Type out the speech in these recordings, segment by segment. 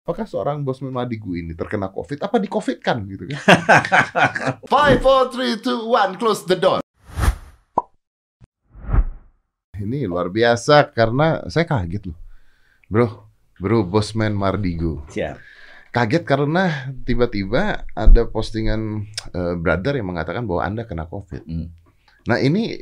apakah seorang Bosman Mardigu ini terkena COVID? Apa di-COVID-kan gitu kan? 5, 4, 3, 2, 1, close the door. Ini luar biasa karena saya kaget loh. Bro, Bosman Mardigu. Siap. Kaget karena tiba-tiba ada postingan brother yang mengatakan bahwa Anda kena COVID. Nah ini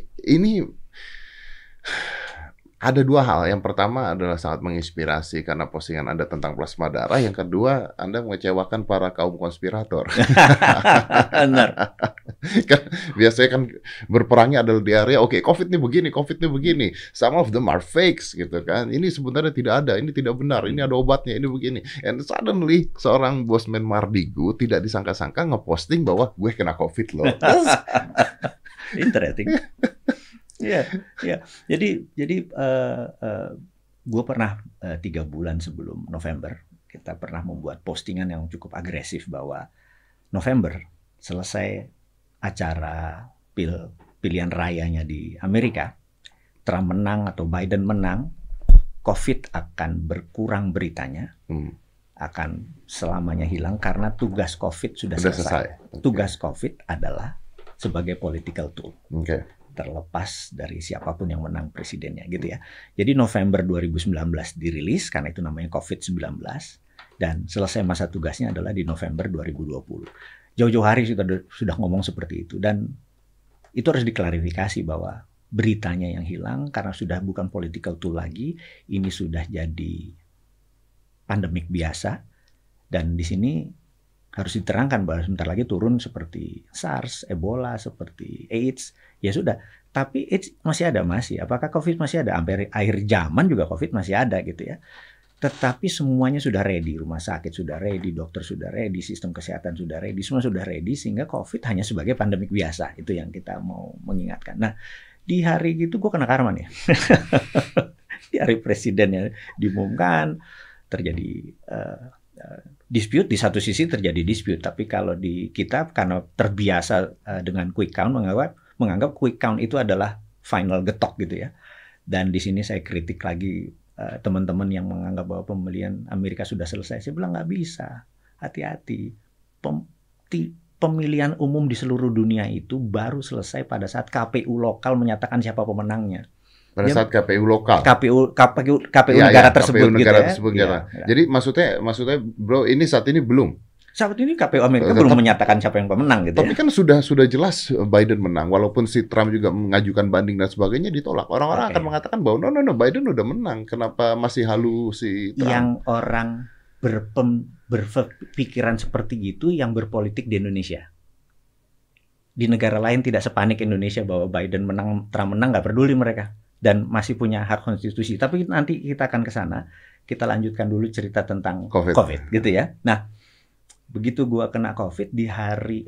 ada dua hal. Yang pertama adalah sangat menginspirasi karena postingan Anda tentang plasma darah. Yang kedua, Anda mengecewakan para kaum konspirator. Benar. Kan biasanya kan berperangnya adalah di area oke, COVID ini begini, COVID ini begini. Some of them are fakes gitu kan. Ini sebenarnya tidak ada, ini tidak benar, ini ada obatnya, ini begini. And suddenly seorang Bosman Mardigu tidak disangka-sangka ngeposting bahwa gue kena COVID loh. Interesting. Iya. Jadi gue pernah 3 bulan sebelum November kita pernah membuat postingan yang cukup agresif bahwa November selesai acara pilihan rayanya di Amerika, Trump menang atau Biden menang, COVID akan berkurang beritanya, akan selamanya hilang karena tugas COVID sudah selesai. Okay. Tugas COVID adalah sebagai political tool. Okay. Terlepas dari siapapun yang menang presidennya gitu ya. Jadi November 2019 dirilis karena itu namanya COVID-19 dan selesai masa tugasnya adalah di November 2020. Jauh-jauh hari sudah ngomong seperti itu dan itu harus diklarifikasi bahwa beritanya yang hilang karena sudah bukan political tool lagi, ini sudah jadi pandemik biasa dan di sini harus diterangkan bahwa sebentar lagi turun seperti SARS, Ebola, seperti AIDS. Ya sudah, tapi AIDS masih ada. Apakah COVID masih ada? Sampai akhir zaman juga COVID masih ada gitu ya. Tetapi semuanya sudah ready. Rumah sakit sudah ready, dokter sudah ready, sistem kesehatan sudah ready, semua sudah ready. Sehingga COVID hanya sebagai pandemik biasa. Itu yang kita mau mengingatkan. Nah, di hari gitu gue kena karma nih. Di hari presidennya diumumkan, terjadi dispute, di satu sisi terjadi dispute, tapi kalau di kita karena terbiasa dengan quick count menganggap quick count itu adalah final getok gitu ya. Dan di sini saya kritik lagi teman-teman yang menganggap bahwa pemilihan Amerika sudah selesai. Saya bilang nggak bisa, hati-hati. Pemilihan umum di seluruh dunia itu baru selesai pada saat KPU lokal menyatakan siapa pemenangnya. Pada saat KPU lokal, KPU negara tersebut KPU gitu negara ya. Tersebut ya. Jadi maksudnya bro, ini saat ini belum. Saat ini KPU Amerika belum menyatakan siapa yang pemenang gitu. Tapi kan sudah jelas Biden menang, walaupun si Trump juga mengajukan banding dan sebagainya ditolak. Orang-orang akan mengatakan bahwa no Biden udah menang. Kenapa masih halu si Trump? Yang orang berpikiran seperti itu yang berpolitik di Indonesia. Di negara lain tidak sepanik Indonesia bahwa Biden menang, Trump menang, nggak peduli mereka. Dan masih punya hak konstitusi. Tapi nanti kita akan ke sana. Kita lanjutkan dulu cerita tentang COVID gitu ya. Nah, begitu gua kena COVID di hari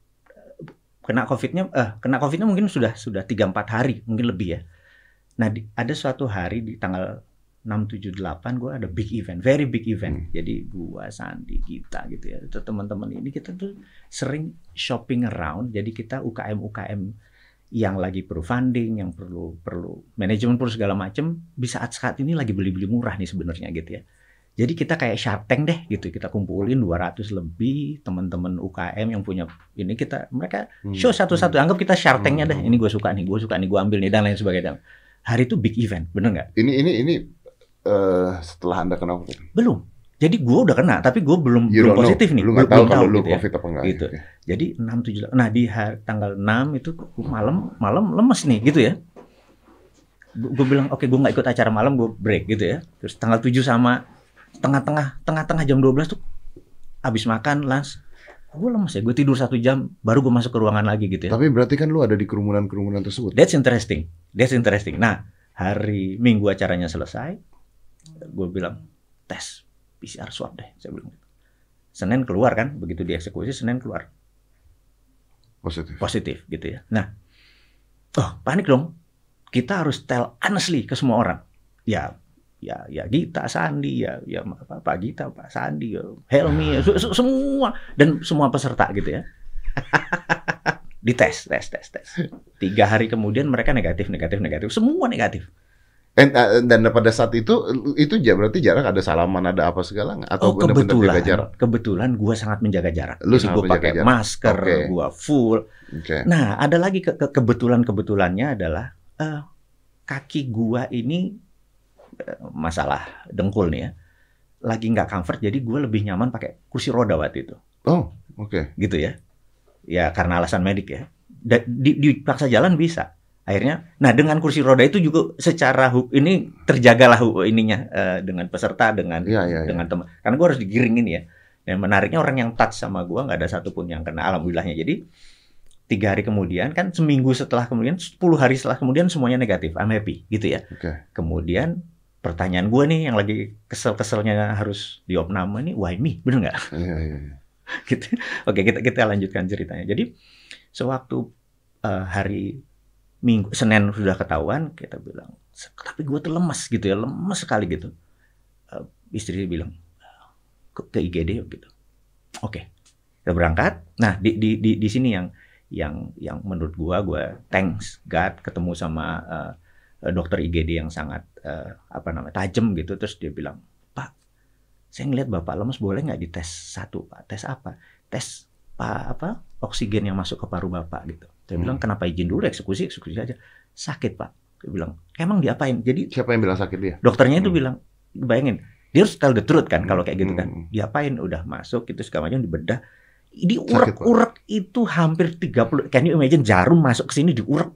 kena COVID-nya mungkin sudah 3-4 hari, mungkin lebih ya. Nah, ada suatu hari di tanggal 6, 7, 8 gua ada big event, very big event. Jadi gua, Sandi, kita gitu ya. Itu teman-teman ini kita tuh sering shopping around. Jadi kita UKM yang lagi perlu funding, yang perlu manajemen, perlu segala macam, di saat ini lagi beli-beli murah nih sebenarnya gitu ya. Jadi kita kayak Shark Tank deh gitu, kita kumpulin 200 lebih teman-teman UKM yang punya ini, mereka show satu-satu, anggap kita Shark Tank-nya deh, ini gue suka nih, gue ambil nih dan lain sebagainya. Hari itu big event, bener nggak? Ini setelah Anda kena COVID? Belum. Jadi gue udah kena, tapi gue belum positif nih. Lu nggak tahu kalau lu gitu COVID apa enggak. Gitu. Okay. Jadi 6, 7, nah di tanggal 6 itu malam lemes nih gitu ya. Gue bilang oke, gue nggak ikut acara malam, gue break gitu ya. Terus tanggal 7 sama tengah-tengah jam 12 tuh habis makan lunch, gue lemes ya. Gue tidur 1 jam, baru gue masuk ke ruangan lagi gitu ya. Tapi berarti kan lu ada di kerumunan tersebut. That's interesting. Nah, hari Minggu acaranya selesai, gue bilang tes PCR swab deh, saya bilang. Senin keluar kan, begitu dieksekusi Senin keluar positif gitu ya. Nah, panik dong. Kita harus tell honestly ke semua orang. Ya Gita, Sandi, ya Pak Gita, Pak Sandi, ya Helmi, ya, semua dan semua peserta gitu ya. Dites. 3 hari kemudian mereka negatif, semua negatif. Dan pada saat itu berarti jarak, ada salaman, ada apa segala nggak? Atau benar-benar jaga jarak? Kebetulan gue sangat menjaga jarak. Lu Jadi sangat gue menjaga pakai jarak. masker, Oke. gue full. Oke. Nah, ada lagi kebetulannya adalah kaki gue ini masalah dengkul nih ya, lagi nggak comfort, jadi gue lebih nyaman pakai kursi roda waktu itu. Oh, oke. Gitu ya. Ya karena alasan medik ya. Dipaksa jalan bisa. Akhirnya, nah dengan kursi roda itu juga secara ini terjagalah ininya dengan peserta, dengan teman. Karena gue harus digiring ini ya. Dan menariknya orang yang touch sama gue nggak ada satupun yang kena, alhamdulillahnya. Jadi 3 hari kemudian, kan seminggu setelah kemudian, 10 hari setelah kemudian semuanya negatif. I'm happy gitu ya. Okay. Kemudian pertanyaan gue nih yang lagi kesel-keselnya harus diopname nih, why me? Bener nggak? Iya. Gitu. Oke, kita lanjutkan ceritanya. Jadi sewaktu hari Minggu, Senin sudah ketahuan, kita bilang, tapi gue tuh lemas gitu ya, lemas sekali gitu. Istri bilang, ke IGD gitu. Oke, kita berangkat. Nah, di sini yang menurut gue thanks God ketemu sama dokter IGD yang sangat tajam gitu. Terus dia bilang, Pak, saya ngeliat Bapak lemas, boleh nggak dites satu, Pak? Tes apa? Tes oksigen yang masuk ke paru Bapak gitu. Saya bilang, kenapa izin dulu, eksekusi aja. Sakit, Pak. Dia bilang, emang diapain? Jadi siapa yang bilang sakit dia? Dokternya itu bilang, bayangin, dia harus tell the truth kan kalau kayak gitu kan. Diapain? Udah masuk gitu segala macam, dibedah. Diurak-urak itu hampir 30. Can you imagine, jarum masuk ke sini diurak.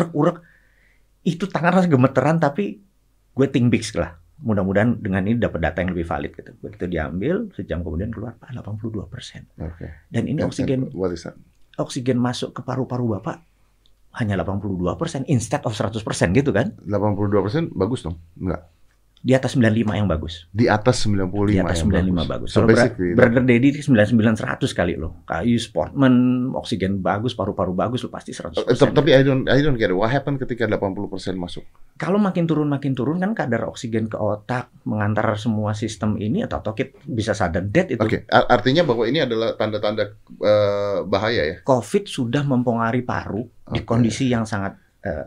Itu tangan rasanya gemeteran, tapi gue think big lah. Mudah-mudahan dengan ini dapat data yang lebih valid gitu. Begitu diambil, sejam kemudian keluar, Pak, 82%. Okay. Dan ini oksigen masuk ke paru-paru Bapak hanya 82% instead of 100% gitu kan. 82% bagus dong? Enggak. Di atas 95 yang bagus. Di atas 95 Di atas 95 bagus. So kalau Brother Dedi 99-100 kali loh. Kayu sportman, oksigen bagus, paru-paru bagus, lo pasti 100%. Tapi I don't get it. What happened ketika 80% masuk? Kalau makin turun kan kadar oksigen ke otak mengantar semua sistem ini, atau bisa sudden death itu. Oke, artinya bahwa ini adalah tanda-tanda bahaya ya? COVID sudah mempengaruhi paru di kondisi yang sangat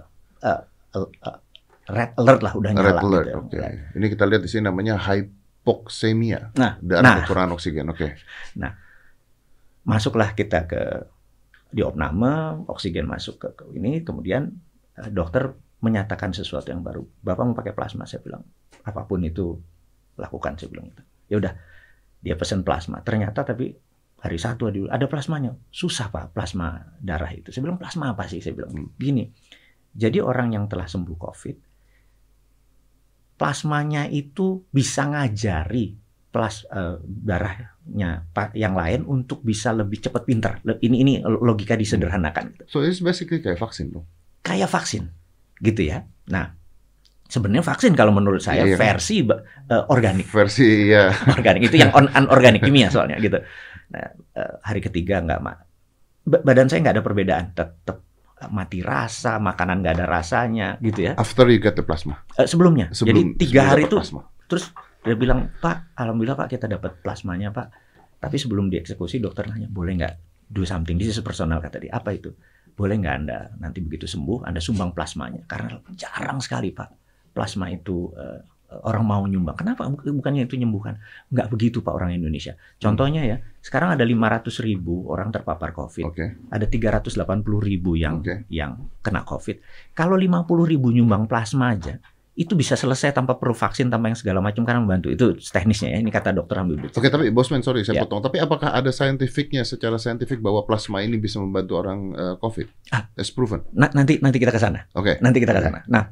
red alert lah, udah nyala. Red alert, gitu. Okay. Ini kita lihat di sini namanya hypoxemia. Dan kekurangan oksigen. Oke. Nah, masuklah kita di opname, oksigen masuk ke ini, kemudian dokter menyatakan sesuatu yang baru. Bapak mau pakai plasma, saya bilang apapun itu lakukan, saya bilang gitu. Ya udah, dia pesan plasma. Ternyata tapi hari Sabtu ada plasmanya. Susah Pak, plasma darah itu. Saya bilang, plasma apa sih? Saya bilang gini. Jadi orang yang telah sembuh COVID, plasmanya itu bisa ngajari darahnya yang lain untuk bisa lebih cepat pintar. Ini logika disederhanakan. So it's basically kayak vaksin dong. Kayak vaksin, gitu ya. Nah, sebenarnya vaksin kalau menurut saya versi organik. Versi ya. Organik itu yang anorganik kimia soalnya gitu. Nah, hari ketiga badan saya nggak ada perbedaan, tetap mati rasa, makanan nggak ada rasanya gitu ya. After you get the plasma? Sebelumnya. Jadi 3 hari itu plasma. Terus dia bilang, Pak, alhamdulillah Pak kita dapat plasmanya Pak. Tapi sebelum dieksekusi dokter nanya, boleh nggak do something, this is personal, kata dia. Apa itu? Boleh nggak Anda nanti begitu sembuh Anda sumbang plasmanya? Karena jarang sekali Pak plasma itu orang mau nyumbang. Kenapa? Bukannya itu nyembuhkan. Nggak begitu Pak orang Indonesia. Contohnya ya, sekarang ada 500.000 orang terpapar COVID. Ada 380.000 yang kena COVID. Kalau 50.000 nyumbang plasma aja, itu bisa selesai tanpa perlu vaksin, tanpa yang segala macam, karena membantu. Itu teknisnya ya. Ini kata dokter Hamid. Oke, tapi Bosman, sorry saya potong. Tapi apakah ada secara saintifik bahwa plasma ini bisa membantu orang COVID? It's proven. Nanti kita ke sana. Oke. Nanti kita ke sana. Nah,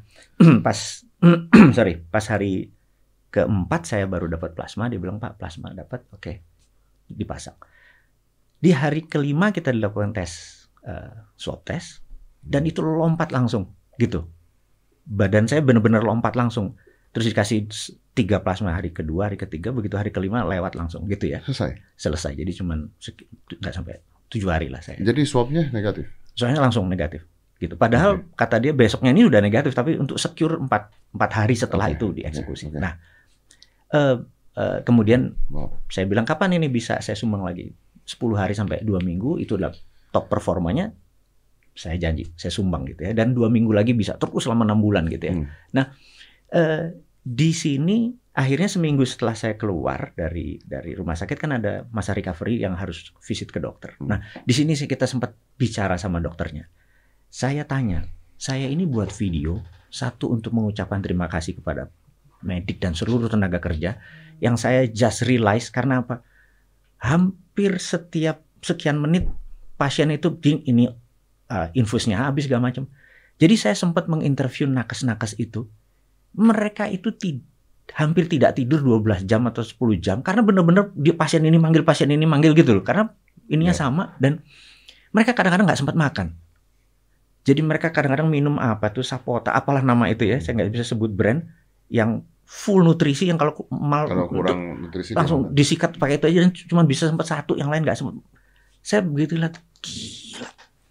pas hari keempat saya baru dapat plasma. Dia bilang, Pak, plasma dapat. Oke. Dipasang. Di hari kelima kita dilakukan tes, swab test, dan itu lompat langsung gitu. Badan saya benar-benar lompat langsung. Terus dikasih 3 plasma hari kedua, hari ketiga, begitu hari kelima lewat langsung gitu ya. Selesai. Jadi cuman nggak sampai 7 hari lah saya. Jadi swabnya negatif? Swabnya langsung negatif gitu. Padahal kata dia besoknya ini udah negatif, tapi untuk secure 4 hari setelah itu dieksekusi. Nah, kemudian saya bilang, kapan ini bisa saya sumbang lagi? 10 hari sampai 2 minggu itu adalah top performanya. Saya janji, saya sumbang gitu ya. Dan 2 minggu lagi bisa terus selama 6 bulan gitu ya. Nah, Di sini akhirnya seminggu setelah saya keluar dari rumah sakit kan ada masa recovery yang harus visit ke dokter. Nah, di sini sih kita sempat bicara sama dokternya. Saya tanya, saya ini buat video satu untuk mengucapkan terima kasih kepada medik dan seluruh tenaga kerja yang saya just realize karena apa? Hampir setiap sekian menit pasien itu ding ini infusnya habis segala macam. Jadi saya sempat menginterview nakes-nakes itu. Mereka itu hampir tidak tidur 12 jam atau 10 jam karena benar-benar di pasien ini manggil gitu loh. Karena ininya sama dan mereka kadang-kadang nggak sempat makan. Jadi mereka kadang-kadang minum apa tuh Sapota, apalah nama itu ya, saya nggak bisa sebut brand yang full nutrisi yang kalau kurang nutrisi langsung disikat pakai itu aja dan cuma bisa sempat satu, yang lain nggak sempat. Saya begitu lihat, gila.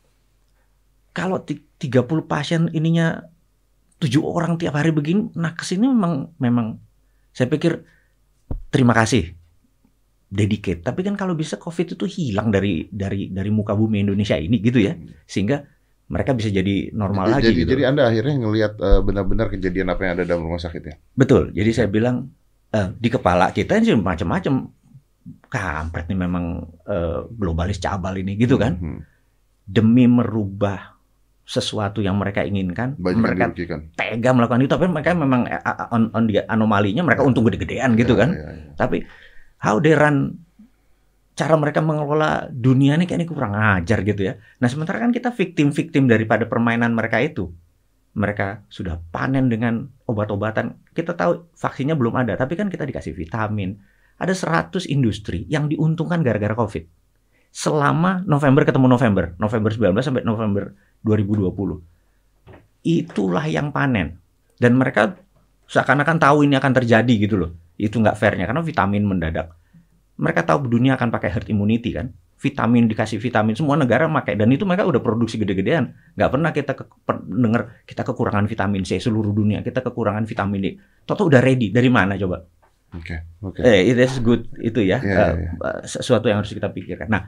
Kalau 30 pasien ininya 7 orang tiap hari begini, nakes ini memang saya pikir terima kasih, dedicate. Tapi kan kalau bisa COVID itu hilang dari muka bumi Indonesia ini gitu ya, sehingga mereka bisa jadi normal lagi. Gitu. Jadi Anda akhirnya ngelihat benar-benar kejadian apa yang ada dalam rumah sakitnya. Betul. Jadi saya bilang di kepala kita sih macam-macam, kampret nih memang globalis cabal ini gitu kan, demi merubah sesuatu yang mereka inginkan, mereka tega melakukan itu, tapi mereka memang on anomalinya mereka untung gede-gedean gitu kan. Tapi how they run, cara mereka mengelola dunia ini kayaknya kurang ajar gitu ya. Nah sementara kan kita victim daripada permainan mereka itu. Mereka sudah panen dengan obat-obatan. Kita tahu vaksinnya belum ada, tapi kan kita dikasih vitamin. Ada 100 industri yang diuntungkan gara-gara COVID. Selama November ketemu November 19 sampai November 2020. Itulah yang panen. Dan mereka seakan-akan tahu ini akan terjadi gitu loh. Itu nggak fairnya karena vitamin mendadak. Mereka tahu dunia akan pakai herd immunity kan. Vitamin dikasih vitamin, semua negara pakai. Dan itu mereka udah produksi gede-gedean. Nggak pernah kita dengar kita kekurangan vitamin C seluruh dunia. Kita kekurangan vitamin D. Toto udah ready. Dari mana coba? Oke. It is good itu ya. Sesuatu yang harus kita pikirkan. Nah,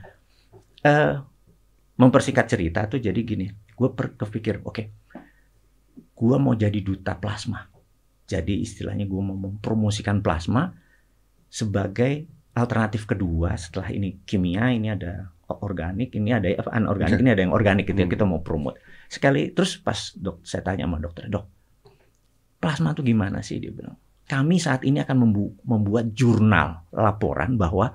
mempersingkat cerita tuh jadi gini. Gue kepikir, gue mau jadi duta plasma. Jadi istilahnya gue mau mempromosikan plasma sebagai alternatif kedua setelah ini kimia, ini ada organik, ini ada anorganik, ini ada yang organik gitu ya, kita mau promote. Sekali terus pas saya tanya sama dokter, "Dok, plasma itu gimana sih?" Dia bilang, "Kami saat ini akan membuat jurnal laporan bahwa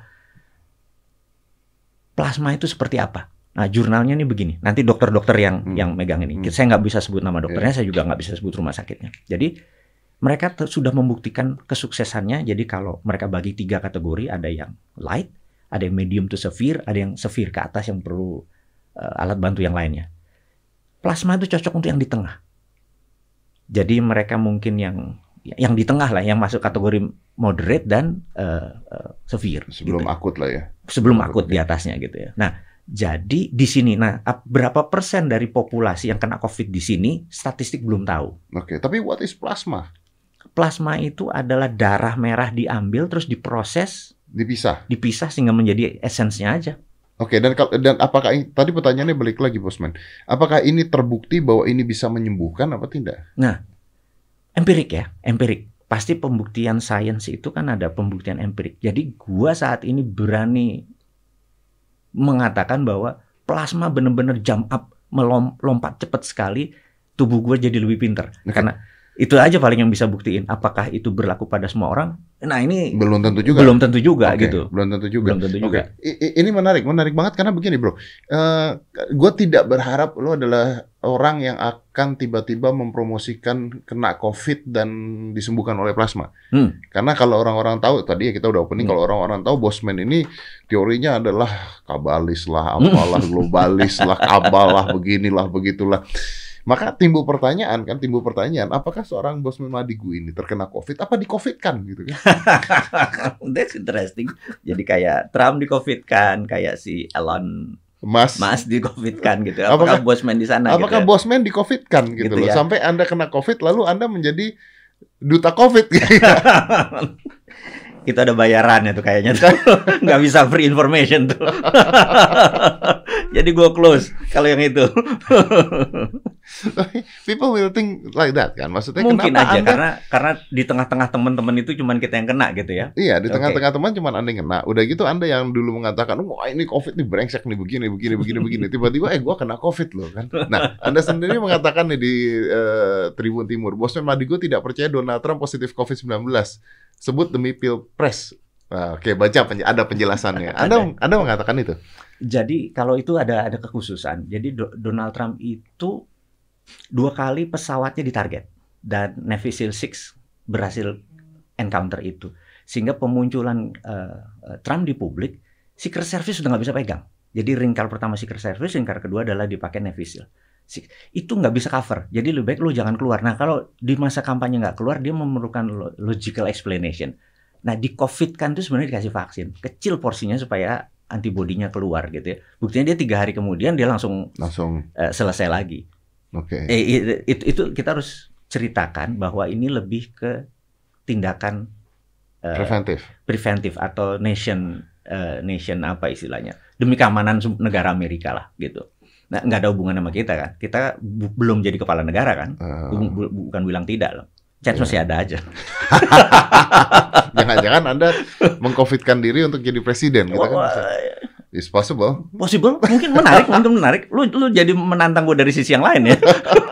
plasma itu seperti apa." Nah, jurnalnya ini begini. Nanti dokter-dokter yang megang ini. Saya nggak bisa sebut nama dokternya, saya juga nggak bisa sebut rumah sakitnya. Jadi mereka sudah membuktikan kesuksesannya. Jadi kalau mereka bagi 3 kategori, ada yang light, ada yang medium to severe, ada yang severe ke atas yang perlu alat bantu yang lainnya. Plasma itu cocok untuk yang di tengah. Jadi mereka mungkin yang di tengah lah, yang masuk kategori moderate dan severe. Sebelum gitu. Akut lah ya. Sebelum akut di atasnya gitu ya. Nah, jadi di sini, berapa persen dari populasi yang kena COVID di sini, statistik belum tahu. Tapi what is plasma? Plasma itu adalah darah merah diambil terus diproses, dipisah sehingga menjadi esensnya aja. Dan apakah tadi pertanyaannya balik lagi Bosman, apakah ini terbukti bahwa ini bisa menyembuhkan apa tidak? Nah, empirik. Pasti pembuktian sains itu kan ada pembuktian empirik. Jadi gua saat ini berani mengatakan bahwa plasma benar-benar jump up, melompat cepat sekali, tubuh gue jadi lebih pintar. Karena itu aja paling yang bisa buktiin apakah itu berlaku pada semua orang. Nah ini belum tentu juga gitu. Belum tentu juga. Ini menarik banget karena begini bro, gue tidak berharap lo adalah orang yang akan tiba-tiba mempromosikan kena COVID dan disembuhkan oleh plasma. Karena kalau orang-orang tahu, tadi ya kita udah opening, kalau orang-orang tahu Bosman ini teorinya adalah kabalis lah, apalah, globalis lah, kabal lah, beginilah, begitulah. Maka timbul pertanyaan, apakah seorang Bosman Madigu ini terkena COVID, apa di-COVID-kan gitu kan? That's interesting. Jadi kayak Trump di-COVID-kan, kayak si Elon Musk di-COVID-kan gitu. Apakah Bosman di sana? Apakah gitu ya? Bosman di-COVID-kan gitu loh, ya? Sampai Anda kena COVID, lalu Anda menjadi duta COVID. Itu ada bayarannya tuh kayaknya tuh. Nggak bisa free information tuh. Jadi gue close kalau yang itu. People will think like that kan. Maksudnya Mungkin kenapa aja Anda karena di tengah-tengah teman-teman itu cuman kita yang kena gitu ya. iya, di Oke. tengah-tengah teman cuman Anda yang kena. Udah gitu Anda yang dulu mengatakan, wah ini COVID nih brengsek nih begini. Tiba-tiba gua kena COVID loh kan. Nah, Anda sendiri mengatakan nih di Tribun Timur, Bosman Madigo tidak percaya Donald Trump positif COVID-19. Sebut demi Pilpres. Nah, oke, baca ada penjelasannya. Anda mengatakan itu. Jadi kalau itu ada kekhususan. Jadi Donald Trump itu 2 kali pesawatnya ditarget dan Navy SEAL 6 berhasil encounter itu, sehingga pemunculan Trump di publik, Secret Service sudah nggak bisa pegang. Jadi ringkar pertama Secret Service, ringkar kedua adalah dipakai Navy SEAL. Itu nggak bisa cover. Jadi lebih baik lu jangan keluar. Nah kalau di masa kampanye nggak keluar, dia memerlukan logical explanation. Nah di COVID kan itu sebenarnya dikasih vaksin, kecil porsinya supaya antibodinya keluar gitu ya. Buktinya dia 3 hari kemudian dia langsung selesai lagi. Oke. Itu kita harus ceritakan bahwa ini lebih ke tindakan preventif atau nation apa istilahnya, demi keamanan negara Amerika lah gitu. Nah, nggak ada hubungan sama kita kan. Kita belum jadi kepala negara kan. Bukan bilang tidak loh. Chance masih ada aja. Jangan-jangan Anda meng-COVID-kan diri untuk jadi presiden gitu kan. It's possible. Mungkin menarik. Lu jadi menantang gue dari sisi yang lain ya.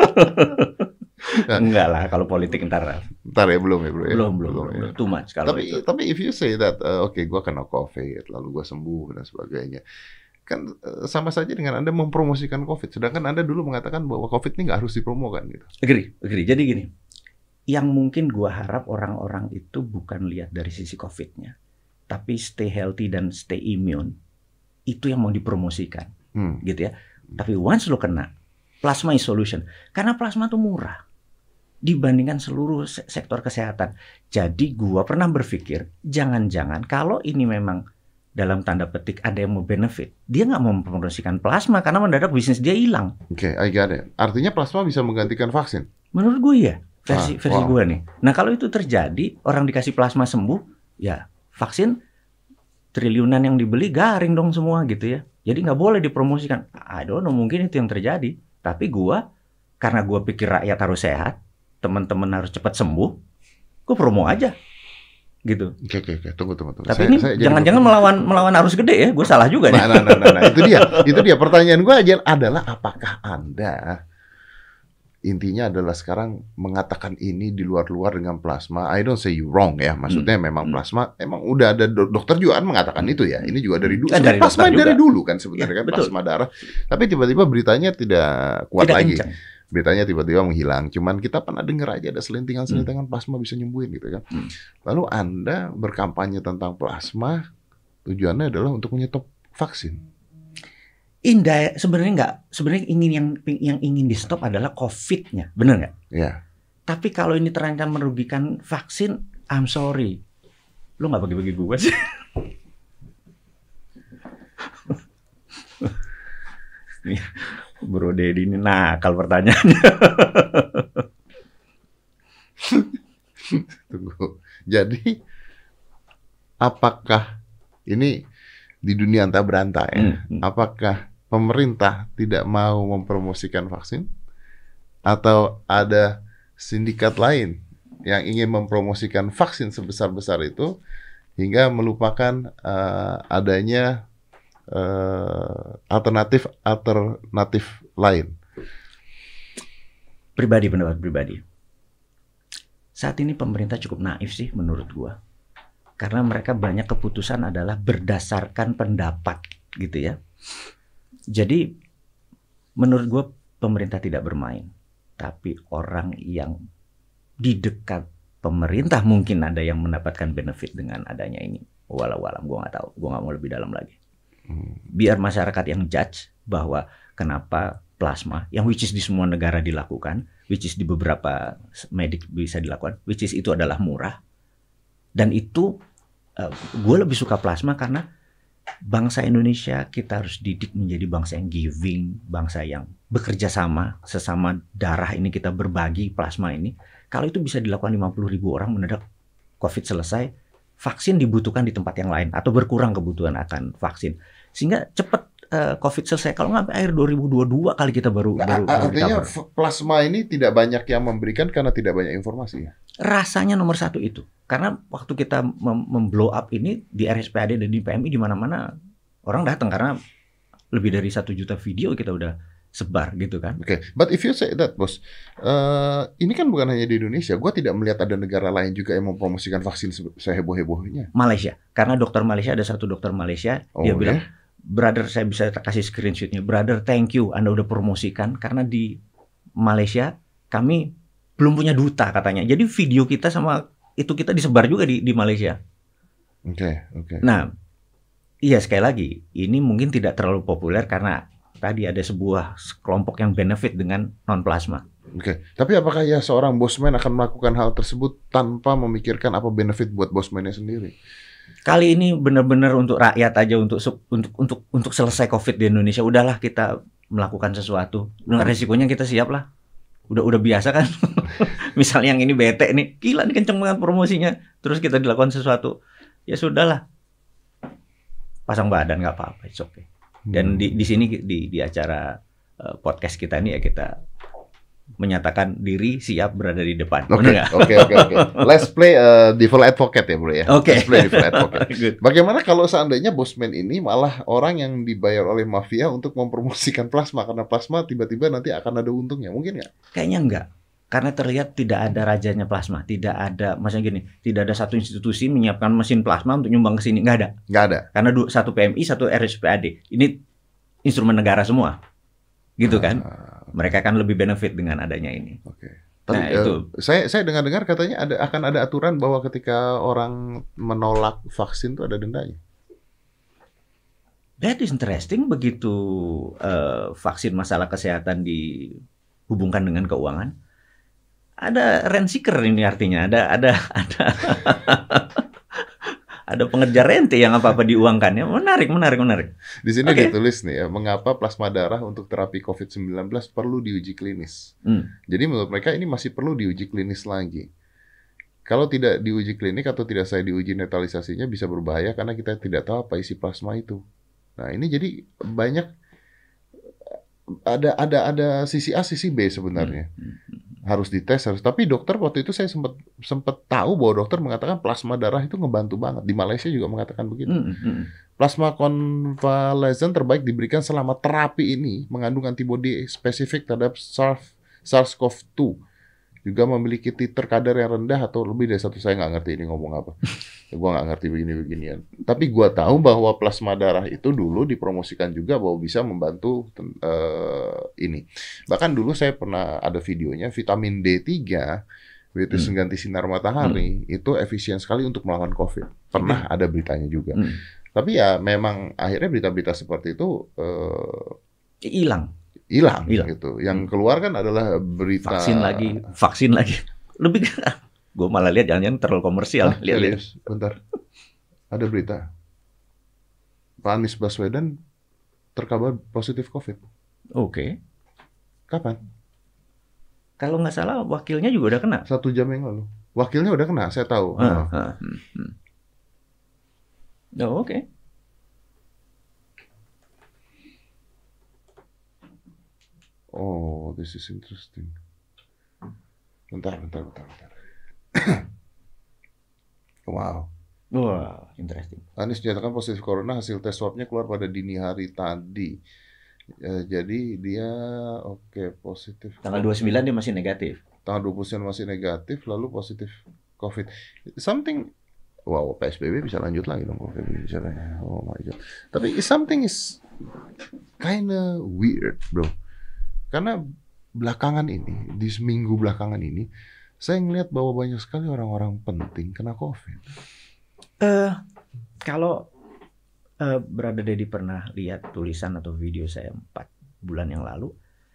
Enggak lah, kalau politik ntar ya belum ya bro. Belum. Too much kalau itu. Tapi if you say that, oke, gue kena COVID, lalu gue sembuh dan sebagainya, kan sama saja dengan Anda mempromosikan COVID. Sedangkan Anda dulu mengatakan bahwa COVID ini nggak harus dipromokan gitu. Agree. Jadi gini, yang mungkin gue harap orang-orang itu bukan lihat dari sisi COVID-nya, tapi stay healthy dan stay immune. Itu yang mau dipromosikan, gitu ya. Tapi once lo kena, plasma is solution. Karena plasma tuh murah dibandingkan seluruh sektor kesehatan. Jadi gua pernah berpikir, jangan-jangan kalau ini memang dalam tanda petik ada yang mau benefit, dia nggak mau mempromosikan plasma karena mendadak bisnis dia hilang. Oke, I got it. Artinya plasma bisa menggantikan vaksin? Menurut gue ya, versi gue nih. Nah kalau itu terjadi, orang dikasih plasma sembuh, ya vaksin triliunan yang dibeli garing dong semua gitu ya. Jadi nggak boleh dipromosikan. I don't know, mungkin itu yang terjadi. Tapi karena gue pikir rakyat harus sehat, teman-teman harus cepat sembuh, gue promo aja, gitu. Oke. Tunggu. Tapi ini jangan-jangan melawan arus gede ya, gue salah juga nih. Nah, itu dia. Pertanyaan gue aja adalah apakah Anda intinya adalah sekarang mengatakan ini di luar dengan plasma. I don't say you wrong ya. Maksudnya memang plasma, emang udah ada dokter juga kan mengatakan itu ya. Ini juga dari dulu. Plasma dari dulu kan sebenarnya kan plasma darah. Tapi tiba-tiba beritanya tidak kuat lagi. Beritanya tiba-tiba menghilang. Cuman kita pernah dengar aja ada selentingan plasma bisa nyembuhin gitu kan. Lalu Anda berkampanye tentang plasma, tujuannya adalah untuk menyetop vaksin. Indah sebenarnya nggak. Sebenarnya yang ingin di stop adalah COVID-nya, benar nggak? Iya. Tapi kalau ini terancam merugikan vaksin, I'm sorry, lu nggak bagi-bagi gue sih. Bro Deddy ini nakal pertanyaannya. Tunggu. Jadi apakah ini di dunia antah berantah ya? Apakah pemerintah tidak mau mempromosikan vaksin atau ada sindikat lain yang ingin mempromosikan vaksin sebesar-besar itu hingga melupakan adanya alternatif lain? Pendapat pribadi. Saat ini pemerintah cukup naif sih menurut gua. Karena mereka banyak keputusan adalah berdasarkan pendapat gitu ya. Jadi menurut gue pemerintah tidak bermain. Tapi orang yang di dekat pemerintah mungkin ada yang mendapatkan benefit dengan adanya ini. Walau gue nggak tahu. Gue nggak mau lebih dalam lagi. Biar masyarakat yang judge bahwa kenapa plasma, yang which is di semua negara dilakukan, which is di beberapa medik bisa dilakukan, which is itu adalah murah. Dan itu gue lebih suka plasma karena bangsa Indonesia kita harus didik menjadi bangsa yang giving, bangsa yang bekerja sama, sesama darah ini kita berbagi plasma ini. Kalau itu bisa dilakukan 50.000 orang mendadak COVID selesai, vaksin dibutuhkan di tempat yang lain atau berkurang kebutuhan akan vaksin. Sehingga cepat COVID selesai. Kalau nggak sampai akhir 2022 kali kita baru Artinya recover. plasma ini tidak banyak yang memberikan karena tidak banyak informasi ya? Rasanya nomor satu itu. Karena waktu kita memblow up ini di RSPAD dan di PMI di mana-mana orang datang karena lebih dari 1 juta video kita udah sebar gitu kan. Oke, but if you say that, Bos, ini kan bukan hanya di Indonesia. Gua tidak melihat ada negara lain juga yang mempromosikan vaksin seheboh-hebohnya. Malaysia, karena dokter Malaysia, ada satu dokter Malaysia, dia bilang, brother, saya bisa kasih screenshotnya, brother, thank you, Anda udah promosikan, karena di Malaysia kami belum punya duta katanya. Jadi video kita sama itu kita disebar juga di Malaysia. Oke. Nah, iya sekali lagi, ini mungkin tidak terlalu populer karena tadi ada sebuah kelompok yang benefit dengan non-plasma. Oke. Tapi apakah ya seorang bosman akan melakukan hal tersebut tanpa memikirkan apa benefit buat bosmannya sendiri? Kali ini benar-benar untuk rakyat aja, untuk selesai COVID di Indonesia. Udahlah kita melakukan sesuatu. Nah, resikonya kita siap lah. Udah biasa kan. Misalnya yang ini bete nih, gila nih kenceng banget promosinya. Terus kita dilakukan sesuatu. Ya sudahlah. Pasang badan nggak apa-apa, it's okay. Dan di sini di acara podcast kita ini ya kita menyatakan diri siap berada di depan. Oke. Let's play devil advocate ya bro ya. Oke. Let's play devil advocate. Bagaimana kalau seandainya bosman ini malah orang yang dibayar oleh mafia untuk mempromosikan plasma, karena plasma tiba-tiba nanti akan ada untungnya, mungkin nggak? Kayaknya enggak. Karena terlihat tidak ada rajanya plasma, tidak ada, maksudnya gini, tidak ada satu institusi menyiapkan mesin plasma untuk nyumbang ke sini, nggak ada. Nggak ada. Karena satu PMI, satu RSPAD, ini instrumen negara semua, gitu kan? Mereka kan lebih benefit dengan adanya ini. Oke. Nah, itu. Saya dengar katanya akan ada aturan bahwa ketika orang menolak vaksin itu ada dendanya. That is interesting. Begitu vaksin masalah kesehatan dihubungkan dengan keuangan. Ada rent seeker ini artinya, ada ada pengejar rente yang apa-apa diuangkan ya. Menarik. Di sini ditulis nih ya, mengapa plasma darah untuk terapi COVID-19 perlu diuji klinis. Jadi menurut mereka ini masih perlu diuji klinis lagi. Kalau tidak diuji klinik atau tidak saya diuji netralisasinya bisa berbahaya karena kita tidak tahu apa isi plasma itu. Nah, ini jadi banyak ada sisi A, sisi B sebenarnya. Harus dites, tapi dokter waktu itu saya sempat tahu bahwa dokter mengatakan plasma darah itu ngebantu banget. Di Malaysia juga mengatakan begitu. Plasma konvalesen terbaik diberikan selama terapi ini mengandung antibodi spesifik terhadap SARS-CoV-2. Juga memiliki titer kadar yang rendah atau lebih dari 1. Saya nggak ngerti ini ngomong apa. Gua nggak ngerti begini-beginian. Tapi gua tahu bahwa plasma darah itu dulu dipromosikan juga bahwa bisa membantu ini. Bahkan dulu saya pernah ada videonya vitamin D3 yaitu mengganti sinar matahari itu efisien sekali untuk melawan COVID. Pernah ada beritanya juga. Tapi ya memang akhirnya berita-berita seperti itu hilang gitu. Yang keluar kan adalah berita vaksin lagi. Lebih gue malah lihat jangan-jangan terlalu komersial. Lihat. Bentar. Ada berita. Pak Anies Baswedan terkabar positif COVID. Oke. Kapan? Kalau nggak salah wakilnya juga udah kena. 1 jam yang lalu. Wakilnya udah kena, saya tahu. Oke. Oh, this is interesting. Bentar. Wow. Wah, interesting. Anies dinyatakan positif corona, hasil tes swabnya keluar pada dini hari tadi. Jadi dia positif. Tanggal 29 dia masih negatif. Tanggal 29 masih negatif, lalu positif COVID. Something, wow, PSBB bisa lanjut lagi dong COVID bicaranya. Oh my God. Tapi something is kinda weird, bro. Karena belakangan ini, di seminggu belakangan ini, saya ngelihat bahwa banyak sekali orang-orang penting kena COVID. Kalau Brother Dedi pernah lihat tulisan atau video saya 4 bulan yang lalu,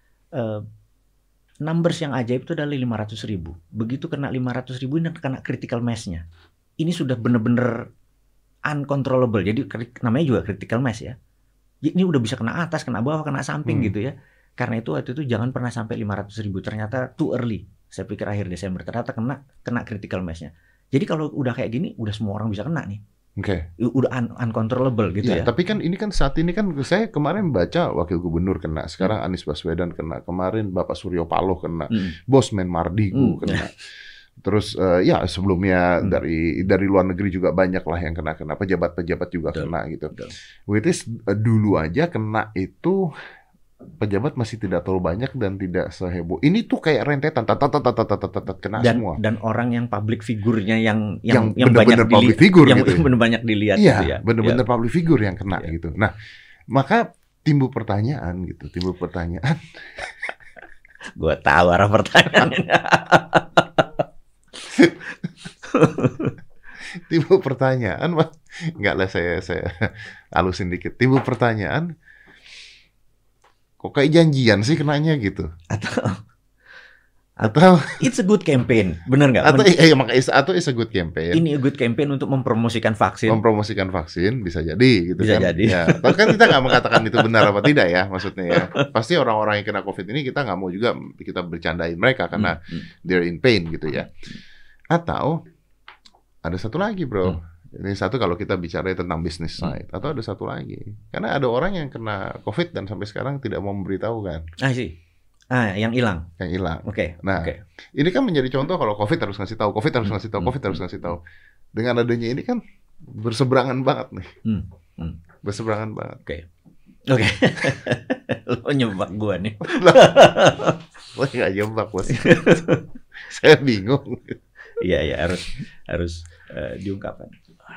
numbers yang ajaib itu adalah 500.000. Begitu kena 500.000 ini kena critical mass-nya. Ini sudah benar-benar uncontrollable. Jadi namanya juga critical mass ya. Ini udah bisa kena atas, kena bawah, kena samping gitu ya. Karena itu waktu itu jangan pernah sampai 500.000. Ternyata too early. Saya pikir akhir Desember ternyata kena critical mass-nya. Jadi kalau udah kayak gini, udah semua orang bisa kena nih. Oke. Udah uncontrollable gitu ya. Tapi kan ini kan saat ini kan saya kemarin baca wakil gubernur kena, sekarang Anies Baswedan kena, kemarin Bapak Suryo Paloh kena, Bosman Mardigu kena. Terus ya sebelumnya dari luar negeri juga banyak lah yang kena, pejabat-pejabat juga kena gitu. Which is dulu aja kena itu pejabat masih tidak terlalu banyak dan tidak seheboh. Ini tuh kayak rentetan, kena semua. Dan orang yang public figurnya yang benar-benar public figure yang gitu. benar banyak dilihat iya, gitu ya. Benar-benar public figure yang kena gitu. Nah, maka timbul pertanyaan. Gue tahu arah pertanyaannya. Timbul pertanyaan, enggak lah saya halusin dikit. Timbul pertanyaan, kok kayak janjian sih kenanya gitu? Atau it's a good campaign, bener nggak? Atau it's a good campaign. Ini a good campaign untuk mempromosikan vaksin. Mempromosikan vaksin bisa jadi gitu bisa kan. Jadi. Ya, tapi kan kita nggak mengatakan itu benar apa tidak ya, maksudnya ya. Pasti orang-orang yang kena COVID ini kita nggak mau juga kita bercandain mereka karena they're in pain gitu ya. Atau ada satu lagi bro. Ini satu kalau kita bicara tentang business side. Atau ada satu lagi. Karena ada orang yang kena COVID dan sampai sekarang tidak mau memberitahukan. Sih. Yang hilang. Yang hilang. Oke. Nah, ini kan menjadi contoh kalau COVID harus ngasih tahu, COVID harus ngasih tahu, COVID harus ngasih tahu. Dengan adanya ini kan berseberangan banget nih. Berseberangan banget. Oke. Lo nyebak gua nih. Lo nggak nyebak bos. Saya bingung. Iya harus diungkapkan.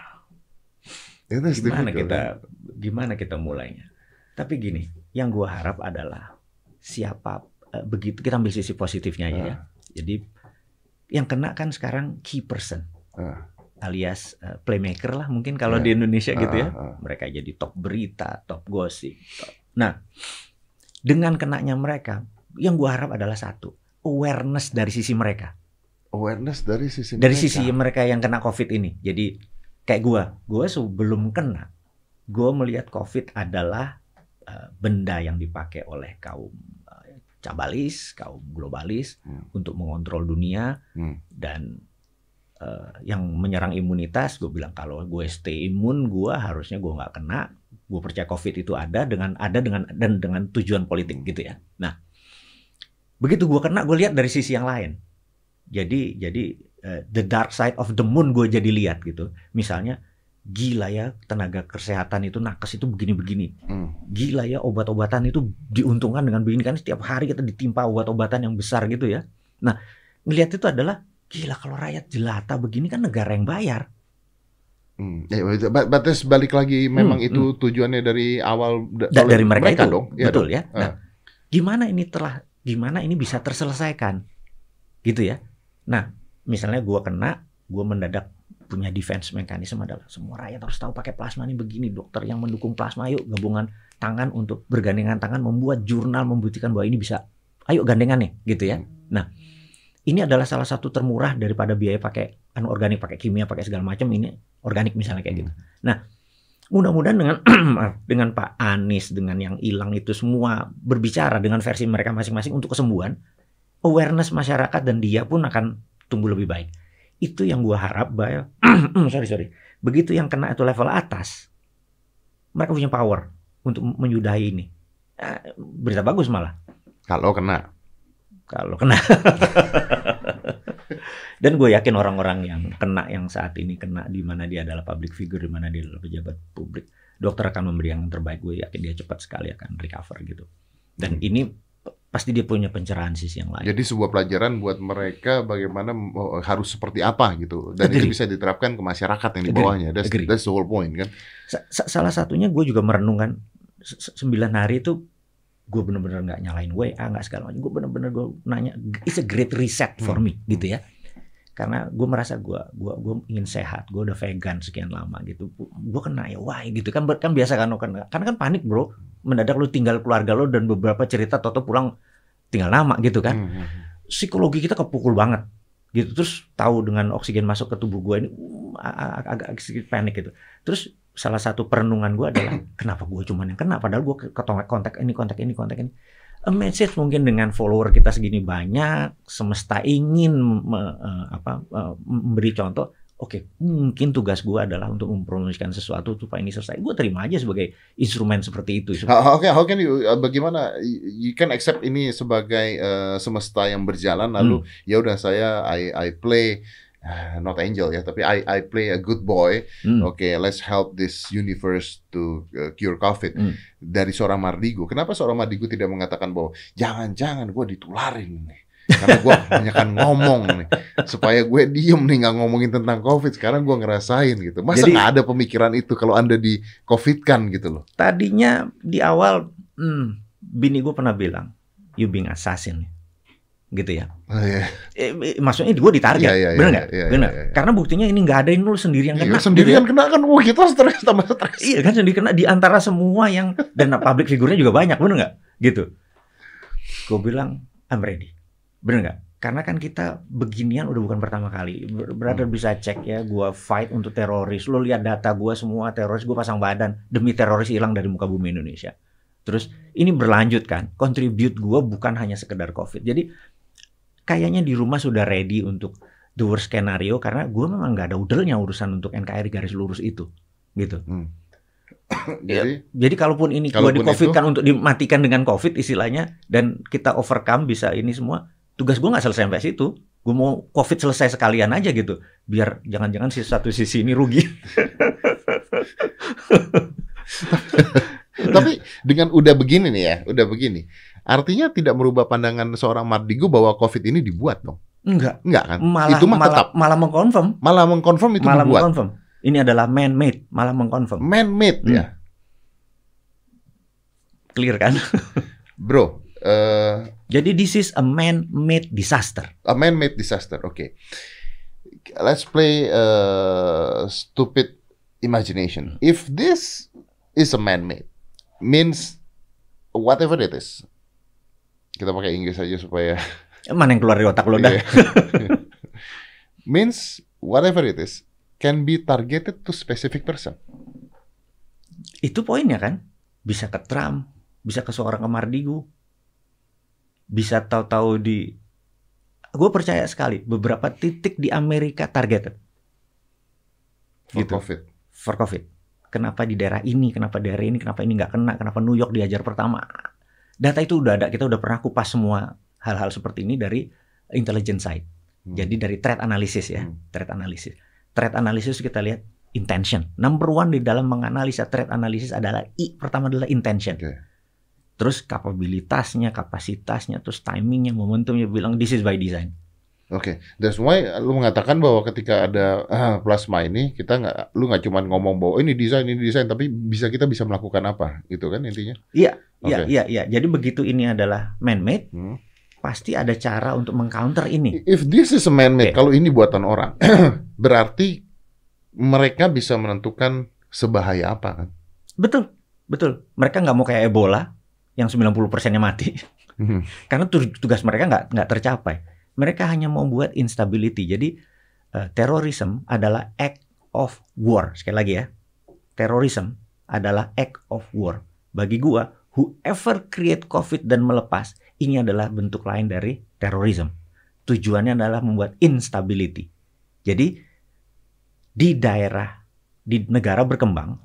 Gimana kita mulainya? Tapi gini, yang gua harap adalah begitu kita ambil sisi positifnya aja ya. Jadi yang kena kan sekarang key person, alias playmaker lah mungkin kalau di Indonesia gitu ya. Mereka jadi top berita, top gosip. Nah, dengan kenanya mereka, yang gua harap adalah satu, awareness dari sisi mereka. Awareness dari sisi mereka yang kena COVID ini. Jadi kayak gue sebelum kena, gue melihat COVID adalah benda yang dipakai oleh kaum cabalis, kaum globalis untuk mengontrol dunia dan yang menyerang imunitas. Gue bilang kalau gue stay imun, gue harusnya gue nggak kena. Gue percaya COVID itu ada dengan tujuan politik gitu ya. Nah, begitu gue kena, gue lihat dari sisi yang lain. Jadi the dark side of the moon gue jadi lihat gitu. Misalnya gila ya tenaga kesehatan itu nakes itu begini-begini. Gila ya obat-obatan itu diuntungkan dengan begini kan setiap hari kita ditimpa obat-obatan yang besar gitu ya. Nah, ngelihat itu adalah gila kalau rakyat jelata begini kan negara yang bayar. Batas balik lagi memang itu tujuannya dari awal dari mereka itu dong. Betul ya. Nah, gimana ini bisa terselesaikan gitu ya. Nah, misalnya gue kena, gue mendadak punya defense mechanism adalah semua rakyat harus tahu pakai plasma ini begini. Dokter yang mendukung plasma, ayo gabungan tangan untuk bergandengan tangan membuat jurnal membuktikan bahwa ini bisa. Ayo gandengan nih, gitu ya. Nah, ini adalah salah satu termurah daripada biaya pakai organik, pakai kimia, pakai segala macam. Ini organik misalnya kayak gitu. Nah, mudah-mudahan dengan Pak Anies, dengan yang hilang itu semua berbicara dengan versi mereka masing-masing untuk kesembuhan. Awareness masyarakat dan dia pun akan tumbuh lebih baik. Itu yang gue harap, sorry. Begitu yang kena itu level atas, mereka punya power untuk menyudahi ini. Berita bagus malah. Kalau kena. Dan gue yakin orang-orang yang kena, yang saat ini kena, di mana dia adalah public figure, di mana dia adalah pejabat publik, dokter akan memberi yang terbaik. Gue yakin dia cepat sekali akan recover gitu. Dan ini pasti dia punya pencerahan sisi yang lain. Jadi sebuah pelajaran buat mereka bagaimana harus seperti apa gitu. Dan itu bisa diterapkan ke masyarakat yang di bawahnya. That's the whole point kan. Salah satunya gue juga merenungkan 9 hari itu gue bener-bener gak nyalain WA, gak segala macam. Gue bener-bener gue nanya, it's a great reset for me gitu ya. Karena gue merasa gue ingin sehat, gue udah vegan sekian lama gitu. Gue kena ya wah gitu kan biasa kan karena kan panik bro. Mendadak lu tinggal keluarga lu dan beberapa cerita toto pulang tinggal nama gitu kan. Psikologi kita kepukul banget gitu. Terus tahu dengan oksigen masuk ke tubuh gue ini agak sedikit panik gitu. Terus salah satu perenungan gue adalah kenapa gue cuman yang kena padahal gue kontak ini. A message mungkin dengan follower kita segini banyak, semesta ingin memberi contoh Oke, mungkin tugas gue adalah untuk mempromosikan sesuatu supaya ini selesai. Gue terima aja sebagai instrumen seperti itu. How can you, bagaimana you can accept ini sebagai semesta yang berjalan, lalu ya udah saya I play not angel ya, tapi I play a good boy. Okay, let's help this universe to cure COVID. Dari seorang Mardigu. Kenapa seorang Mardigu tidak mengatakan bahwa jangan-jangan gue ditularin nih? Karena gue kebanyakan ngomong nih, supaya gue diem nih nggak ngomongin tentang COVID. Sekarang gue ngerasain gitu. Masa nggak ada pemikiran itu kalau Anda di COVID-kan gitu loh? Tadinya di awal, bini gue pernah bilang, you being assassin, gitu ya. Oh, yeah. Maksudnya gue ditarget, bener nggak? Bener. Karena buktinya ini nggak ada yang lu sendiri yang kena. Sendirian gitu ya? Kena kan, kita stres tambah stres. Iya kan, sendiri kena di antara semua yang dan public figurnya juga banyak, bener nggak? Gitu. Gue bilang, I'm ready. Bener nggak? Karena kan kita beginian udah bukan pertama kali. Brother bisa cek ya, gue fight untuk teroris. Lo lihat data gue semua teroris, gue pasang badan demi teroris hilang dari muka bumi Indonesia. Terus ini berlanjut kan, contribute gue bukan hanya sekedar COVID. Jadi kayaknya di rumah sudah ready untuk the worst scenario karena gue memang nggak ada udelnya urusan untuk NKRI garis lurus itu, gitu. Jadi kalaupun ini gue di COVID kan untuk dimatikan dengan COVID istilahnya dan kita overcome bisa ini semua. Tugas gue nggak selesai sampai situ. Gue mau COVID selesai sekalian aja gitu. Biar jangan-jangan satu sisi ini rugi. Tapi dengan udah begini nih ya, udah begini. Artinya tidak merubah pandangan seorang Mardigu bahwa COVID ini dibuat dong? Enggak kan? Malah mengkonfirm. Malah mengkonfirm itu malah dibuat. Mengkonfirm. Ini adalah man-made, malah mengkonfirm. Man-made ya. Clear kan? Bro, jadi this is a man-made disaster. A man-made disaster, okay. Let's play stupid imagination. If this is a man-made, means whatever it is. Kita pakai Inggris aja supaya. Mana yang keluar dari otak lo dah? Means whatever it is can be targeted to specific person. Itu poinnya kan? Bisa ke Trump, bisa ke seorang Mardigu. Bisa tahu-tahu gue percaya sekali beberapa titik di Amerika targeted for COVID. For COVID. Kenapa di daerah ini, kenapa daerah ini, kenapa ini nggak kena, kenapa New York diajar pertama. Data itu udah ada, kita udah pernah kupas semua hal-hal seperti ini dari intelligence side. Jadi dari threat analysis ya, threat analysis. Threat analysis kita lihat intention. Number one di dalam menganalisa threat analysis adalah pertama adalah intention. Okay. Terus kapabilitasnya, kapasitasnya, terus timingnya, momentumnya, bilang this is by design. Oke, that's why lu mengatakan bahwa ketika ada plasma ini lu nggak cuma ngomong bahwa ini desain, tapi kita bisa melakukan apa, gitu kan intinya? Iya, iya. Jadi begitu ini adalah man-made, pasti ada cara untuk mengcounter ini. If this is a man-made, kalau ini buatan orang, berarti mereka bisa menentukan sebahaya apa kan? Betul. Mereka nggak mau kayak Ebola yang 90%-nya mati. Karena tugas mereka nggak tercapai. Mereka hanya mau buat instability. Jadi terorisme adalah act of war. Sekali lagi ya. Terorisme adalah act of war. Bagi gua, whoever create COVID dan melepas, ini adalah bentuk lain dari terorisme. Tujuannya adalah membuat instability. Jadi di negara berkembang,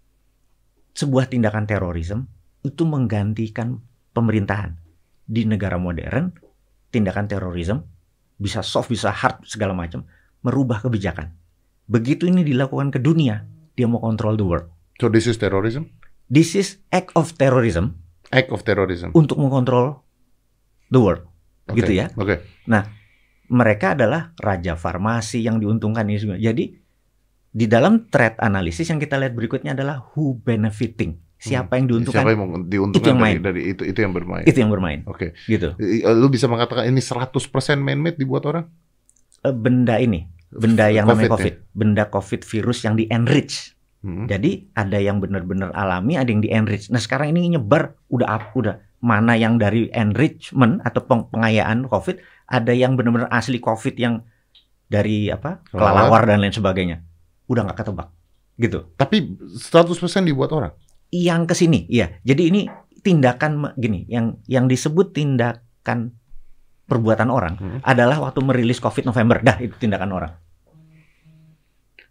sebuah tindakan terorisme itu menggantikan pemerintahan. Di negara modern, tindakan terorisme bisa soft, bisa hard, segala macam, merubah kebijakan. Begitu ini dilakukan ke dunia, dia mau control the world. So this is terrorism? This is act of terrorism. Act of terrorism. Untuk mengontrol the world. Okay. Gitu ya. Okay. Nah, mereka adalah raja farmasi yang diuntungkan ini semua. Jadi, di dalam threat analysis yang kita lihat berikutnya adalah who benefiting. Siapa yang diuntungkan? Siapa yang diuntungkan itu yang bermain. Itu yang bermain. Oke. Gitu. Lu bisa mengatakan ini 100% man-made dibuat orang? Benda yang namanya COVID. Ya? Benda COVID virus yang di-enrich. Jadi ada yang benar-benar alami, ada yang di-enrich. Nah, sekarang ini nyebar udah mana yang dari enrichment atau pengayaan COVID, ada yang benar-benar asli COVID yang dari kelelawar dan lain sebagainya. Udah nggak ketebak. Gitu. Tapi 100% dibuat orang. Yang ke sini, iya. Jadi ini tindakan gini, yang disebut tindakan perbuatan orang adalah waktu merilis COVID November. Dah, itu tindakan orang.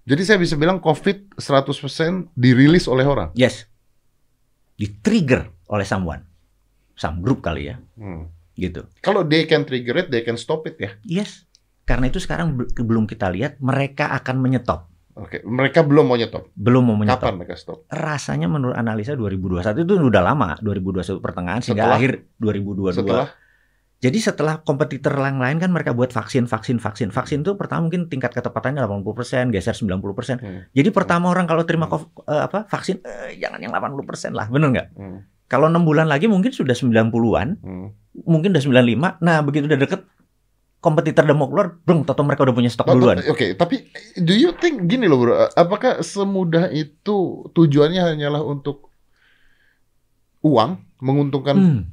Jadi saya bisa bilang COVID 100% dirilis oleh orang. Yes. Di-trigger oleh someone. Some group kali ya. Gitu. Kalau they can trigger it, they can stop it ya. Yes. Karena itu sekarang belum kita lihat mereka akan menyetop. Oke, mereka belum mau nyetop. Belum mau menyetop. Kapan mereka stop? Rasanya menurut analisa 2021 itu udah lama, 2021 pertengahan sehingga akhir 2022. Jadi setelah kompetitor yang lain kan mereka buat vaksin. Vaksin itu pertama mungkin tingkat ketepatannya 80%, geser 90%. Jadi pertama orang kalau terima vaksin jangan yang 80% lah, bener nggak? Kalau 6 bulan lagi mungkin sudah 90-an, mungkin udah 95. Nah begitu udah deket kompetitor udah mau keluar, atau mereka udah punya stok duluan. Oke, tapi do you think gini loh bro, apakah semudah itu tujuannya hanyalah untuk uang, menguntungkan?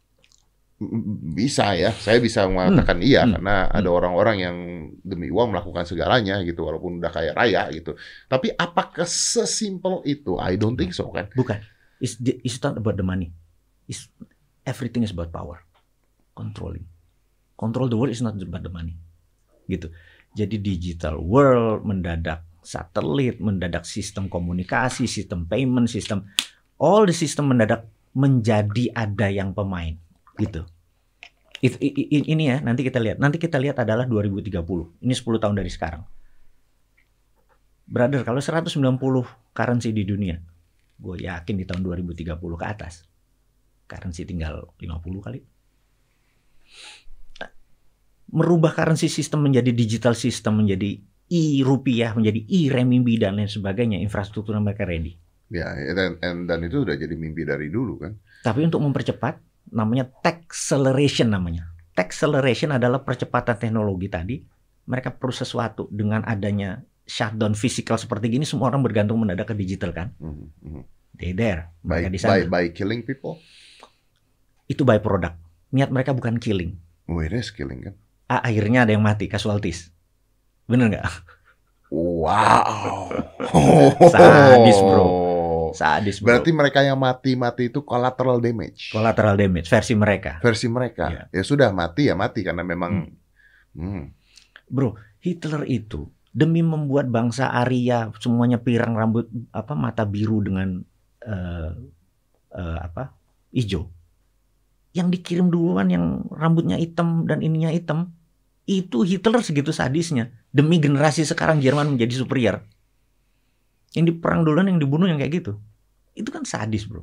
Bisa ya, saya bisa mengatakan iya karena ada orang-orang yang demi uang melakukan segalanya gitu, walaupun udah kaya raya gitu. Tapi apakah sesimpel itu? I don't think so kan? Bukan. It's not about the money. Everything is about power, controlling. Control the world is not about the money. Gitu. Jadi digital world, mendadak satelit, mendadak sistem komunikasi, sistem payment, sistem all the system mendadak menjadi ada yang pemain. Gitu. Ini ya, nanti kita lihat. Nanti kita lihat adalah 2030. Ini 10 tahun dari sekarang. Brother, kalau 190 currency di dunia, gue yakin di tahun 2030 ke atas, currency tinggal 50 kali. Merubah currency system menjadi digital system, menjadi e-rupiah, menjadi e-renminbi dan lain sebagainya, infrastruktur mereka ready. Ya, dan itu udah jadi mimpi dari dulu kan. Tapi untuk mempercepat, namanya taxeleration namanya. Taxeleration adalah percepatan teknologi tadi. Mereka perlu sesuatu dengan adanya shutdown physical seperti gini, semua orang bergantung mendadak ke digital kan. They there, mereka di sana. By killing people? Itu by product. Niat mereka bukan killing. Oh, it is killing kan. Akhirnya ada yang mati, casualties. Bener nggak? Wow. Sadis bro. Sadis bro. Berarti mereka yang mati itu collateral damage. Collateral damage, versi mereka. Versi mereka. Ya sudah mati ya mati karena memang. Bro, Hitler itu demi membuat bangsa Arya semuanya pirang rambut mata biru dengan hijau. Yang dikirim duluan yang rambutnya hitam dan ininya hitam. Itu Hitler segitu sadisnya. Demi generasi sekarang Jerman menjadi superior. Yang diperang duluan yang dibunuh yang kayak gitu. Itu kan sadis bro.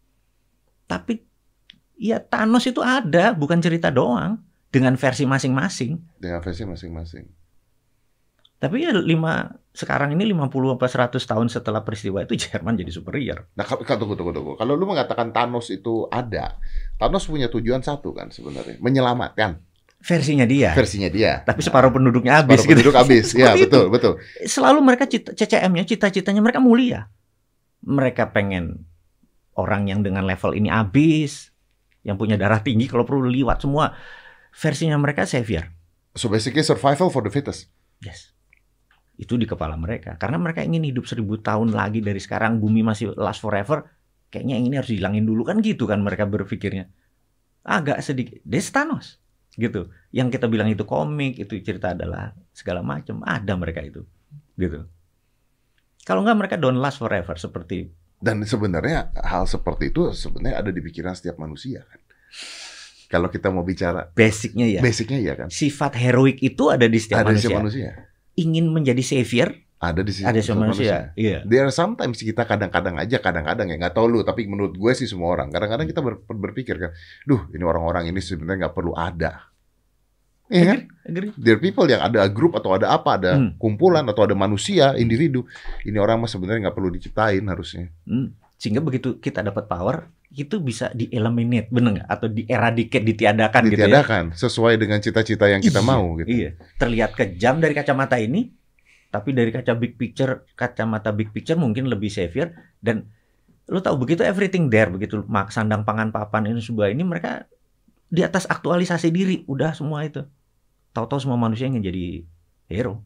Tapi ya Thanos itu ada. Bukan cerita doang. Dengan versi masing-masing. Dengan versi masing-masing. Tapi ya sekarang ini 50-100 tahun setelah peristiwa itu Jerman jadi superior. Nah tunggu. Kalau lu mengatakan Thanos itu ada. Thanos punya tujuan satu kan sebenarnya. Menyelamatkan. Versinya dia. Tapi separuh penduduknya habis. Separuh penduduk habis. Ya betul. Selalu mereka CCM-nya, cita-citanya mereka mulia. Mereka pengen orang yang dengan level ini habis, yang punya darah tinggi kalau perlu liwat semua. Versinya mereka savior. So basically survival for the fittest. Yes. Itu di kepala mereka. Karena mereka ingin hidup 1000 tahun lagi dari sekarang, bumi masih last forever. Kayaknya yang ini harus dihilangin dulu kan gitu kan mereka berpikirnya. Agak sedikit. Thanos. Gitu. Yang kita bilang itu komik, itu cerita adalah segala macam. Ada mereka itu. Gitu. Kalau enggak mereka don't last forever seperti. Dan sebenarnya hal seperti itu sebenarnya ada di pikiran setiap manusia kan. Kalau kita mau bicara basicnya ya kan. Sifat heroik itu ada di setiap manusia. Ingin menjadi savior ada di setiap manusia. Yeah. There are sometimes kita kadang-kadang ya nggak tahu lu, tapi menurut gue sih semua orang. Kadang-kadang kita berpikir kan, ini orang-orang ini sebenarnya nggak perlu ada. Iya kan? There are people yang ada grup atau ada apa, ada kumpulan atau ada manusia, individu. Ini orang mah sebenarnya nggak perlu diciptain harusnya. Sehingga begitu kita dapat power, itu bisa di-eliminate, bener nggak? Atau di-eradicate, ditiadakan gitu ya. Sesuai dengan cita-cita yang kita mau gitu. Iya. Terlihat kejam dari kacamata ini, tapi dari kacamata big picture mungkin lebih savior. Dan lo tahu begitu everything there, begitu sandang pangan papan ini sebuah ini mereka di atas aktualisasi diri, udah semua itu. Tahu-tahu semua manusia ingin jadi hero.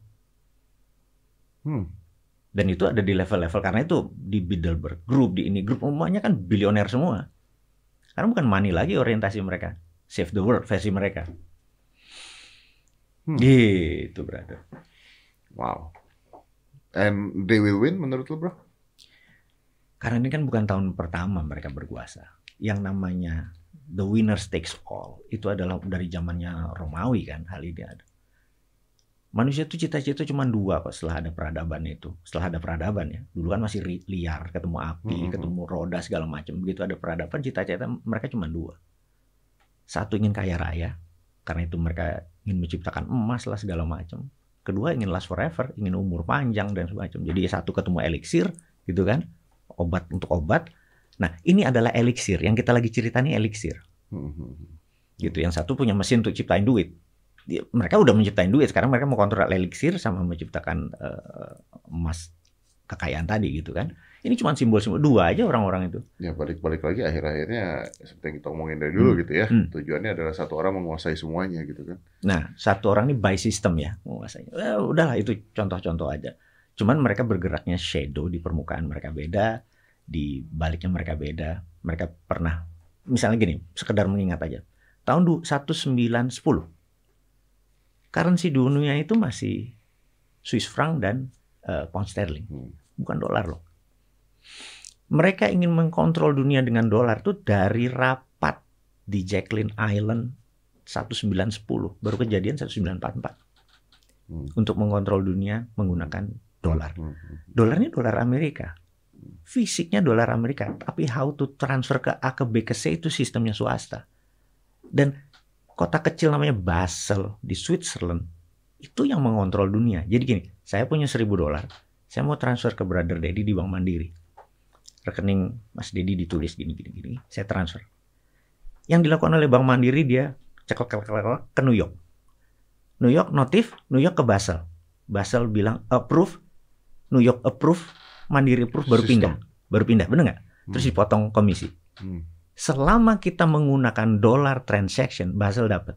Dan itu ada di level-level karena itu di Bilderberg Group, di ini grup umumnya kan bilioner semua. Karena bukan money lagi orientasi mereka, save the world versi mereka. Gitu brother. Wow. And they will win menurut lo, bro? Karena ini kan bukan tahun pertama mereka berkuasa. Yang namanya the winner takes all itu adalah dari zamannya Romawi kan, hal ini ada. Manusia itu cita-cita cuma dua kok setelah ada peradaban itu. Setelah ada peradaban ya. Dulu kan masih liar, ketemu api, ketemu roda segala macam. Begitu ada peradaban, cita-cita mereka cuma dua. Satu ingin kaya raya, karena itu mereka ingin menciptakan emas lah segala macam. Kedua ingin last forever, ingin umur panjang dan semacam. Jadi satu ketemu eliksir, gitu kan, obat untuk obat. Nah ini adalah eliksir, yang kita lagi ceritain eliksir. Gitu. Yang satu punya mesin untuk ciptain duit. Mereka udah menciptain duit, sekarang mereka mau kontrol eliksir sama menciptakan emas kekayaan tadi gitu kan. Ini cuma simbol-simbol dua aja orang-orang itu. Ya balik-balik lagi akhir-akhirnya seperti yang kita omongin dari dulu gitu ya. Tujuannya adalah satu orang menguasai semuanya gitu kan. Nah, satu orang ini by system ya menguasainya. Udahlah itu contoh-contoh aja. Cuman mereka bergeraknya shadow, di permukaan mereka beda, di baliknya mereka beda. Mereka pernah misalnya gini, sekedar mengingat aja. Tahun 1910 currency dunia itu masih Swiss franc dan pound sterling, bukan dolar loh. Mereka ingin mengkontrol dunia dengan dolar tuh dari rapat di Jacqueline Island 1910, baru kejadian 1944. Untuk mengontrol dunia menggunakan dolar. Dolar ini dolar Amerika. Fisiknya dolar Amerika, tapi how to transfer ke A ke B ke C itu sistemnya swasta. Dan kota kecil namanya Basel di Switzerland itu yang mengontrol dunia. Jadi gini, saya punya $1.000, saya mau transfer ke Brother Dedi di Bank Mandiri. Rekening Mas Dedi ditulis gini, saya transfer. Yang dilakukan oleh Bank Mandiri dia cek ke New York. New York notif, New York ke Basel. Basel bilang approve, New York approve, Mandiri approve, baru pindah, bener nggak? Terus dipotong komisi. Selama kita menggunakan dollar transaction, Basel dapat.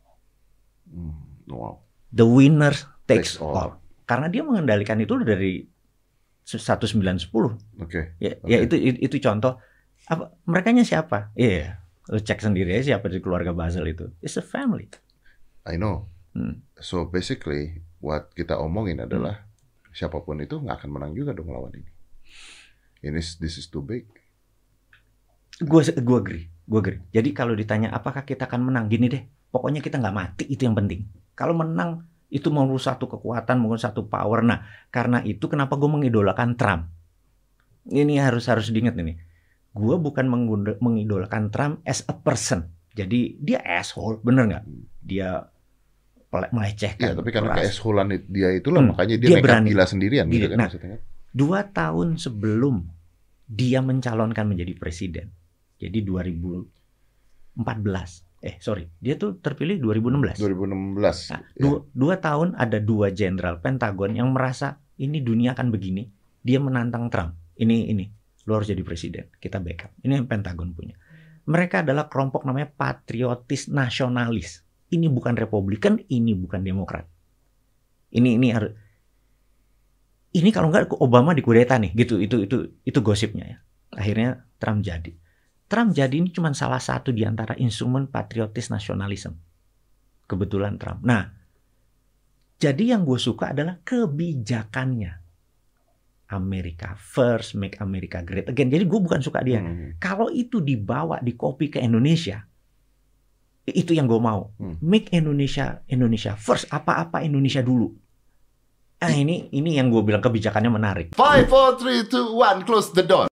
Wow. The winner takes all. Karena dia mengendalikan itu dari 1910. Oke. Ya itu contoh. Apa merekanya siapa? Iya, lu cek sendiri aja siapa di keluarga Basel itu. It's a family. I know. So basically, what kita omongin adalah siapapun itu nggak akan menang juga dong lawan ini. This is too big. Gue agree. Jadi kalau ditanya apakah kita akan menang, gini deh, pokoknya kita nggak mati, itu yang penting. Kalau menang itu mau satu kekuatan, mau satu power. Nah, karena itu kenapa gue mengidolakan Trump? Ini harus diingat ini. Gue bukan mengidolakan Trump as a person. Jadi dia asshole, bener nggak? Dia melecehkan. Ya, tapi karena keassholean dia itulah makanya dia nekat gila sendirian. Gitu kan, nah, 2 tahun sebelum dia mencalonkan menjadi presiden. Jadi 2014. Dia tuh terpilih 2016. 2016. Nah, 2 tahun ada 2 jenderal Pentagon yang merasa ini dunia akan begini. Dia menantang Trump. Ini lu harus jadi presiden. Kita backup. Ini yang Pentagon punya. Mereka adalah kelompok namanya patriotis nasionalis. Ini bukan Republikan, ini bukan Demokrat. Ini harus. Ini kalau nggak Obama dikudeta nih, gitu. Itu gosipnya ya. Akhirnya Trump jadi. Ini cuma salah satu di antara instrumen patriotis nasionalisme. Kebetulan Trump. Nah, jadi yang gue suka adalah kebijakannya. America first, make America great again. Jadi gue bukan suka dia. Kalau itu dibawa, di-copy ke Indonesia, itu yang gue mau. Make Indonesia first. Apa-apa Indonesia dulu. Ini yang gue bilang kebijakannya menarik. 5, 4, 3, 2, 1, close the door.